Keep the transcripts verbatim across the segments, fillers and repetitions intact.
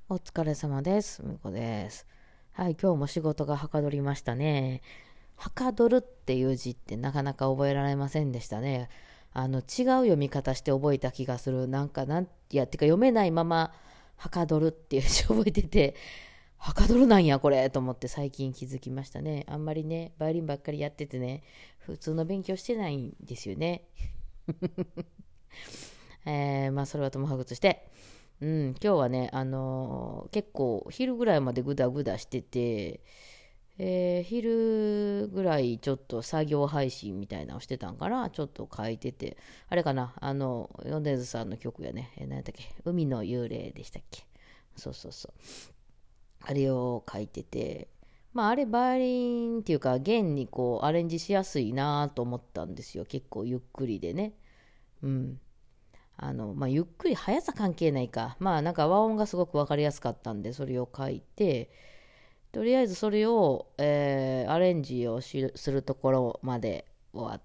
お疲れ様です。みこです。はい、今日も仕事がはかどりましたね。はかどるっていう字ってなかなか覚えられませんでしたね。あの、違う読み方して覚えた気がする。なんか、なん、いや、てか読めないまま、はかどるっていう字覚えてて、はかどるなんや、これと思って最近気づきましたね。あんまりね、バイオリンばっかりやっててね、普通の勉強してないんですよね。えー、まあ、それはともかくとして、うん、今日はね、あのー結構昼ぐらいまでグダグダしてて、えー昼ぐらいちょっと作業配信みたいなのをしてたんから、ちょっと書いてて、あれかな、あの、米津さんの曲やね、えー何やったっけ、海の幽霊でしたっけ。そうそうそう。あれを書いてて、まあ、あれバイオリンっていうか、弦にこうアレンジしやすいなと思ったんですよ。結構ゆっくりでね。うん。あの、まあ、ゆっくり速さ関係ないか。まあ、なんか和音がすごく分かりやすかったんで、それを書いて、とりあえずそれを、えーアレンジをしするところまで終わって、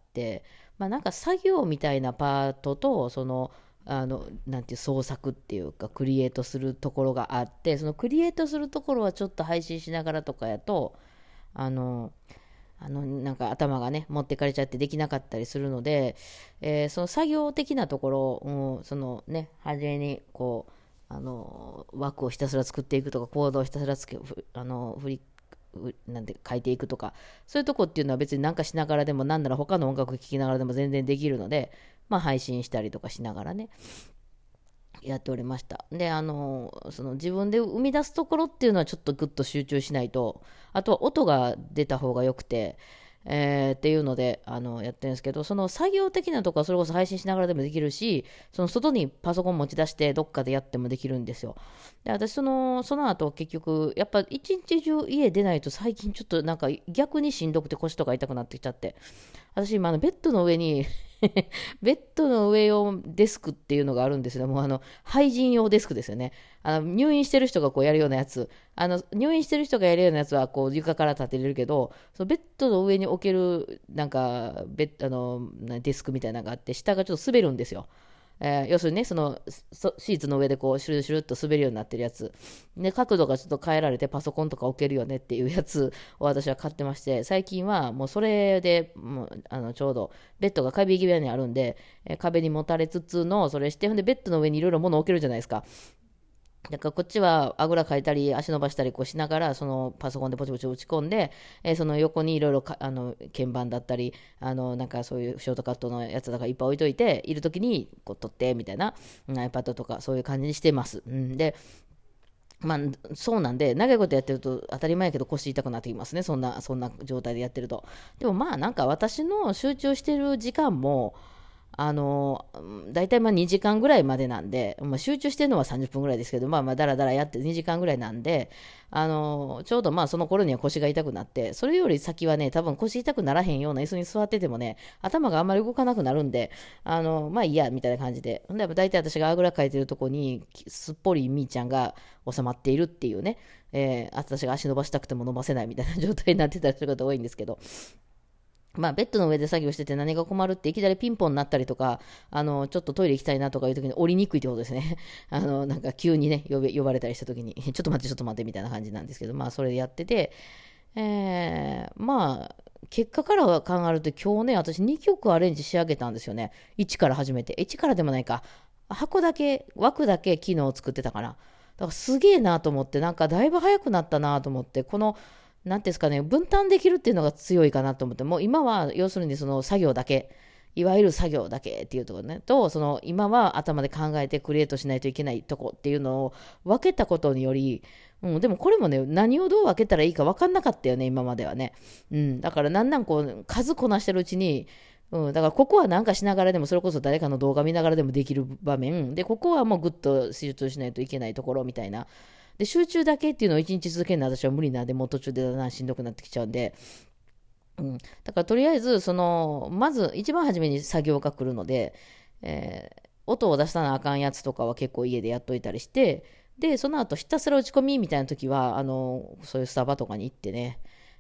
まあ、なんか作業みたいなパートと、その、あの、なんていう創作っていうか、クリエイトするところがあって、そのクリエイトするところはちょっと配信しながらとかやと、あの、あの、なんか頭がね、持ってかれちゃってできなかったりするので、えーその作業的なところ、うん、そのね、初めにこう、あの、枠をひたすら作っていくとか、コードをひたすらつけ、ふあの、振り、うなんて書いていくとか、そういうとこっていうのは別になんかしながらでも、なんなら他の音楽聴きながらでも全然できるので、まあ配信したりとかしながらね、やっておりました。で、あの、その自分で生み出すところっていうのはちょっとグッと集中しないと、あとは音が出た方が良くて、えーっていうので、あの、やってるんですけど、その作業的なとこはそれこそ配信しながらでもできるし、その外にパソコン持ち出してどっかでやってもできるんですよ。で、私その、その後結局、やっぱ一日中家出ないと最近ちょっとなんか逆にしんどくて腰とか痛くなってきちゃって、私今あのベッドの上にベッドの上用デスクっていうのがあるんですよ。もうあの、廃人用デスクですよね。あの、入院してる人がこうやるようなやつ。あの、入院してる人がやるようなやつはこう床から立てれるけど、そのベッドの上に置ける、なんか、ベッあの、デスクみたいなのがあって、下がちょっと滑るんですよ。えー要するにね、そのそシーツの上でこうシュルシュルっと滑るようになってるやつ。で、角度がちょっと変えられてパソコンとか置けるよねっていうやつを私は買ってまして、最近はもうそれでもうあのちょうどベッドが壁際にあるんで、えー壁にもたれつつの、それして、ほんでベッドの上にいろいろ物置けるじゃないですか。だからこっちはあぐらかいたり足伸ばしたりこうしながらそのパソコンでポチポチ打ち込んで、えーその横にいろいろかあの鍵盤だったりあのなんかそういうショートカットのやつだからいっぱい置いといている時にこう撮ってみたいな、うん iPad とかそういう感じにしてます。うん、でまあ、そうなんで、長いことやってると当たり前やけど腰痛くなってきますね。そんな、そんな状態でやってると。でもまあなんか私の集中してる時間も、あの、大体まあにじかんぐらいまでなんで、まあ、集中してるのはさんじゅっぷんぐらいですけど、まあまあだらだらやってにじかんぐらいなんで、あの、ちょうどまあその頃には腰が痛くなって、それより先はね、多分腰痛くならへんような椅子に座っててもね、頭があんまり動かなくなるんで、あの、まあいいや、みたいな感じで。ほんで、大体私があぐらかいてるとこに、すっぽりみーちゃんが収まっているっていうね、えー私が足伸ばしたくても伸ばせないみたいな状態になってたりすることが多いんですけど、まあ、ベッドの上で作業してて何が困るっていきなりピンポンになったりとか、あの、ちょっとトイレ行きたいなとかいう時に降りにくいってことですね。あの、なんか急にね、呼べ呼ばれたりした時に、ちょっと待って、ちょっと待ってみたいな感じなんですけど、まあ、それでやってて、えー、まあ、結果から考えると今日ね、私にきょくアレンジ仕上げたんですよね。いちから始めて。いちからでもないか。箱だけ、枠だけ機能を作ってたかな。だからすげえなと思って、なんかだいぶ早くなったなと思って、この、なんていうんですかね、分担できるっていうのが強いかなと思って、もう今は要するにその作業だけ、いわゆる作業だけっていうところね、と、その今は頭で考えてクリエイトしないといけないとこっていうのを分けたことにより、うん、でもこれもね、何をどう分けたらいいか分かんなかったよね、今まではね。うん、だからなんなんこう、数こなしてるうちに、うん、だからここはなんかしながらでも、それこそ誰かの動画見ながらでもできる場面で、ここはもうぐっと集中しないといけないところみたいな。で、集中だけっていうのを一日続けるのは私は無理なんで、もう途中でだんだんしんどくなってきちゃうんで、うん。だからとりあえず、その、まず一番初めに作業が来るので、えー音を出さなあかんやつとかは結構家でやっといたりして、で、その後ひたすら打ち込みみたいな時は、あの、そういうスタバとかに行ってね、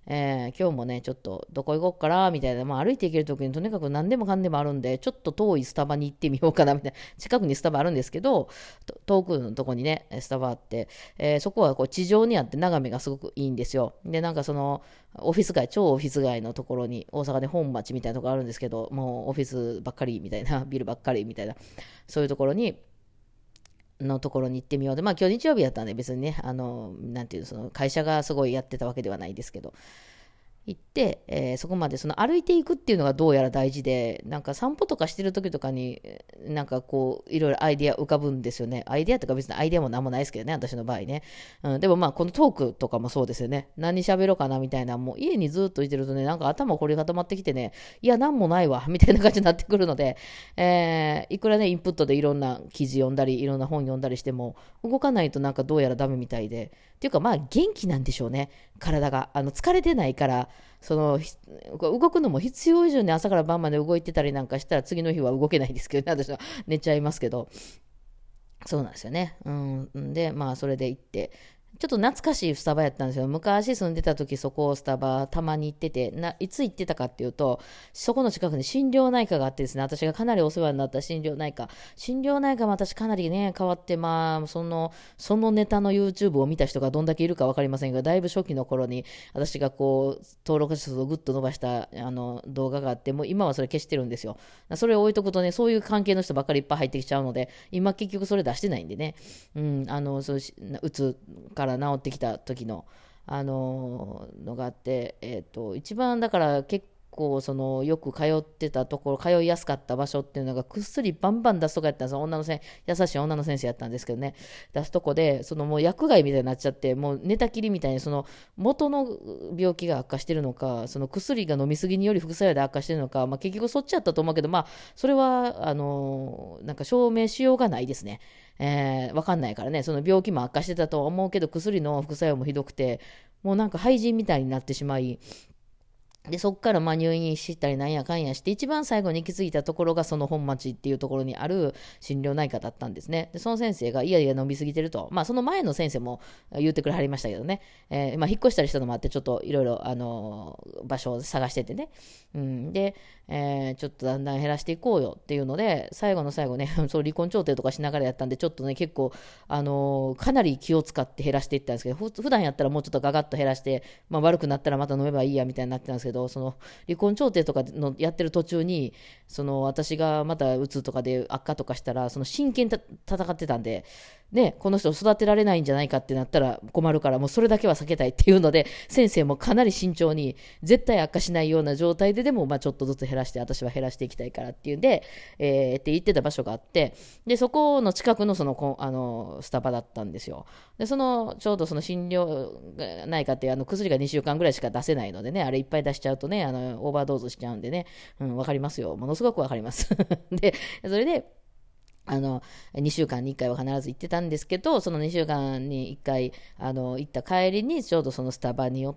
えー今日もね、ちょっとどこ行こうかな、みたいな、まあ歩いて行けるときにとにかく何でもかんでもあるんで、ちょっと遠いスタバに行ってみようかな、みたいな。近くにスタバあるんですけど、と遠くのとこにね、スタバあって、えーそこはこう地上にあって眺めがすごくいいんですよ。で、なんかその、オフィス街、超オフィス街のところに、大阪で本町みたいなところあるんですけど、もうオフィスばっかりみたいな、ビルばっかりみたいな、そういうところに、のところに行ってみようで、まあ今日日曜日やったんで別にね、あの、なんていうの、その会社がすごいやってたわけではないですけど、行って、えーそこまでその歩いていくっていうのがどうやら大事で、なんか散歩とかしてる時とかに、えーなんかこう、いろいろアイデア浮かぶんですよね。アイデアとか別にアイデアもなんもないですけどね、私の場合ね。うん、でもまあ、このトークとかもそうですよね。何喋ろうかなみたいな、もう家にずっといてるとね、なんか頭凝り固まってきてね、いや、なんもないわ、みたいな感じになってくるので、えーいくらね、インプットでいろんな記事読んだり、いろんな本読んだりしても、動かないとなんかどうやらダメみたいで、っていうかまあ、元気なんでしょうね、体が。あの、疲れてないから、そのひ動くのも必要以上に朝から晩まで動いてたりなんかしたら次の日は動けないですけどね、私は寝ちゃいますけど、そうなんですよね。うん。で、まあ、それで行って、ちょっと懐かしいスタバやったんですよ。昔住んでた時、そこをスタバたまに行ってて、な、いつ行ってたかっていうと、そこの近くに心療内科があってですね、私がかなりお世話になった心療内科。心療内科も私かなりね、変わって、まあ、その、そのネタの YouTube を見た人がどんだけいるかわかりませんが、だいぶ初期の頃に、私がこう、登録者数をぐっと伸ばした、あの、動画があって、もう今はそれ消してるんですよ。それを置いとくとね、そういう関係の人ばっかりいっぱい入ってきちゃうので、今結局それ出してないんでね。うん、あの、そうし、うつから治ってきた時の、あののがあって、えっと、一番だから結構そのよく通ってたところ、通いやすかった場所っていうのが薬バンバン出すとかやったんですよ。女のせん優しい女の先生やったんですけどね、出すとこで、そのもう薬害みたいになっちゃって、もう寝たきりみたいに、その元の病気が悪化してるのか、その薬が飲みすぎにより副作用で悪化してるのか、まあ、結局そっちやったと思うけど、まあ、それは、あのなんか証明しようがないですね。えー、わかんないからね、その病気も悪化してたと思うけど、薬の副作用もひどくて、もうなんか廃人みたいになってしまい、で、そこからまあ入院したりなんやかんやして、一番最後に行き着いたところがその本町っていうところにある心療内科だったんですね。で、その先生がいやいや飲みすぎてると。まあその前の先生も言ってくれはりましたけどね。えーまあ引っ越したりしたのもあって、ちょっといろいろあのー場所を探しててね。うん。で、えーちょっとだんだん減らしていこうよっていうので、最後の最後ね、そう離婚調停とかしながらやったんで、ちょっとね、結構、あのーかなり気を使って減らしていったんですけど、ふ普段やったらもうちょっとガガッと減らして、まあ悪くなったらまた飲めばいいやみたいになってたんですけど、その離婚調停とかのやってる途中に、その私がまたうつとかで悪化とかしたら、その真剣に戦ってたんで、ね、この人を育てられないんじゃないかってなったら困るから、もうそれだけは避けたいっていうので、先生もかなり慎重に、絶対悪化しないような状態ででも、まあちょっとずつ減らして、私は減らしていきたいからっていうんで、えー、って言ってた場所があって、で、そこの近くのその、こあの、スタバだったんですよ。で、その、ちょうどその診療がないかって、あの、薬がにしゅうかんぐらいしか出せないのでね、あれいっぱい出しちゃうとね、あの、オーバードーズしちゃうんでね、うん、わかりますよ。ものすごくわかります。で、それで、あの、にしゅうかんにいっかいは必ず行ってたんですけど、そのにしゅうかんにいっかい、あの、行った帰りに、ちょうどそのスタバに寄って、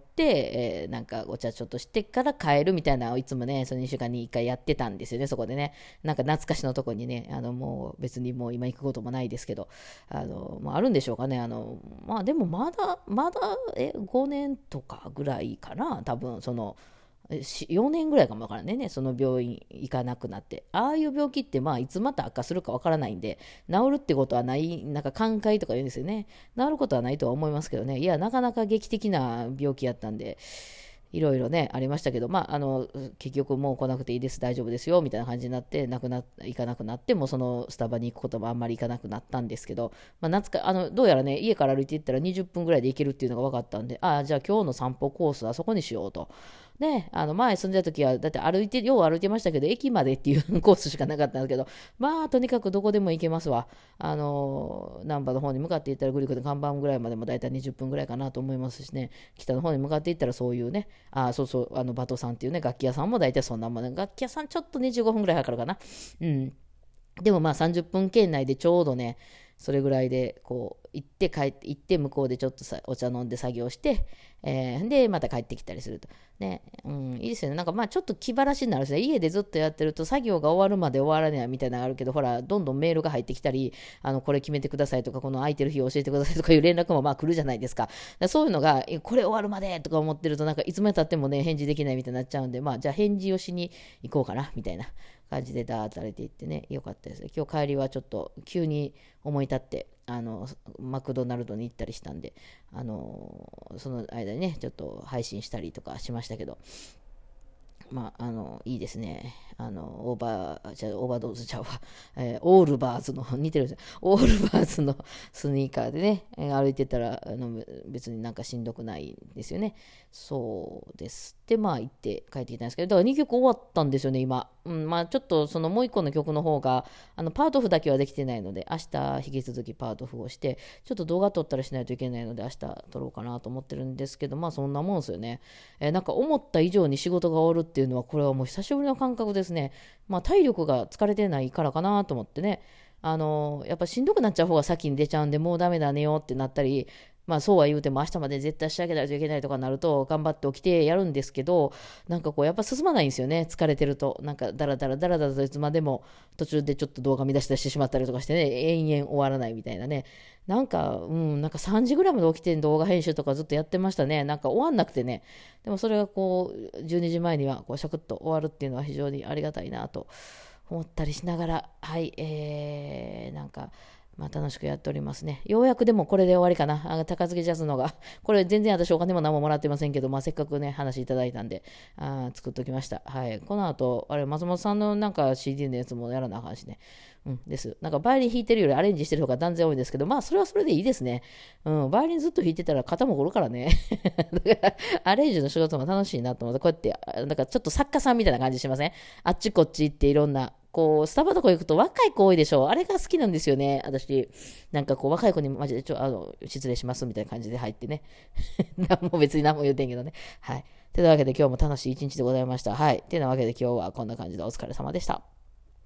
えーなんかお茶ちょっとしてから帰るみたいなのをいつもね、そのにしゅうかんにいっかいやってたんですよね、そこでね。なんか懐かしのとこにね、あの、もう別にもう今行くこともないですけど、あの、まあ、あるんでしょうかね。あの、まあでもまだ、まだ、え、ごねんとかぐらいかな、多分、その、よねんぐらいかもわからないね、その病院行かなくなって。ああいう病気って、まあ、いつまた悪化するかわからないんで、治るってことはない、なんか寛解とか言うんですよね。治ることはないとは思いますけどね。いや、なかなか劇的な病気やったんで、いろいろね、ありましたけど、まあ、あの、結局もう来なくていいです、大丈夫ですよ、みたいな感じになって、なくな、行かなくなって、もうそのスタバに行くこともあんまり行かなくなったんですけど、まあ、夏か、あの、どうやらね、家から歩いて行ったらにじゅっぷんぐらいで行けるっていうのが分かったんで、ああ、じゃあ今日の散歩コースはそこにしようと。で、あの、前住んでた時は、だって歩いて、よう歩いてましたけど、駅までっていうコースしかなかったんですけど、まあ、とにかくどこでも行けますわ。あの、難波の方に向かって行ったら、グリコで看板ぐらいまでもだいたいにじゅっぷんぐらいかなと思いますしね、北の方に向かって行ったらそういうね、あ、そうそう、あの、バトさんっていうね、楽器屋さんもだいたいそんなもんね、楽器屋さんちょっとにじゅうごふんぐらいかかるかな。うん。でもまあさんじゅっぷん圏内でちょうどね、それぐらいでこう行って帰って行って向こうでちょっとさお茶飲んで作業して、えー、でまた帰ってきたりするとね、うん、いいですよね。なんかまあちょっと気晴らしになるんですね。家でずっとやってると作業が終わるまで終わらないみたいなのがあるけど、ほらどんどんメールが入ってきたり、あのこれ決めてくださいとか、この空いてる日を教えてくださいとかいう連絡もまあ来るじゃないですか。だからそういうのがこれ終わるまでとか思ってると、なんかいつまでたってもね返事できないみたいになっちゃうんで、まあじゃあ返事をしに行こうかなみたいな感じでダーッと歩いていってね、よかったですね。今日帰りはちょっと急に思い立ってあのマクドナルドに行ったりしたんで、あのその間にねちょっと配信したりとかしましたけど、まあ、あの、いいですね。あの、オーバー、じゃオーバードーズちゃうわ。えー、オールバーズの、似てるんですよ。オールバーズのスニーカーでね、えー歩いてたら、あの、別になんかしんどくないんですよね。そうです。で、まあ、行って帰ってきたんですけど、だからにきょく終わったんですよね、今。うん、まあ、ちょっと、そのもういっこの曲の方が、あの、パート譜だけはできてないので、明日引き続きパート譜をして、ちょっと動画撮ったりしないといけないので、明日撮ろうかなと思ってるんですけど、まあ、そんなもんですよね。えーなんか思った以上に仕事が終わるっていうのは、これはもう久しぶりの感覚ですね。まあ、体力が疲れてないからかなと思ってね。あのやっぱしんどくなっちゃう方が先に出ちゃうんで、もうダメだ寝ようってなったり、まあそうは言うても明日まで絶対仕上げないといけないとかなると頑張って起きてやるんですけど、なんかこうやっぱ進まないんですよね。疲れてると。なんかダラダラダラダラといつまでも途中でちょっと動画見出し出してしまったりとかしてね、延々終わらないみたいなね。なんか、うん、なんかさんじぐらいまで起きて動画編集とかずっとやってましたね。なんか終わんなくてね。でもそれがこう、じゅうにじまえにはこうシャクッと終わるっていうのは非常にありがたいなと思ったりしながら、はい、えー、なんか、まあ楽しくやっておりますね。ようやくでもこれで終わりかな。あ高槻ジャズのが。これ全然私お金も何ももらってませんけど、まあせっかくね、話いただいたんで、あ作っときました。はい。この後、あれ、松本さんのなんか シーディー のやつもやらなあかんしね。うん、です。なんかバイオリン弾いてるよりアレンジしてる方が断然多いんですけど、まあそれはそれでいいですね。うん、バイオリンずっと弾いてたら肩も凝るからね。だからアレンジの仕事も楽しいなと思って、こうやって、なんかちょっと作家さんみたいな感じしません？あっちこっち行っていろんな、こう、スタバとか行くと若い子多いでしょ。あれが好きなんですよね。私、なんかこう、若い子にマジでちょ、あの、失礼しますみたいな感じで入ってね。何も別に何も言うてんけどね。はい。というわけで今日も楽しい一日でございました。はい。というわけで今日はこんな感じでお疲れ様でした。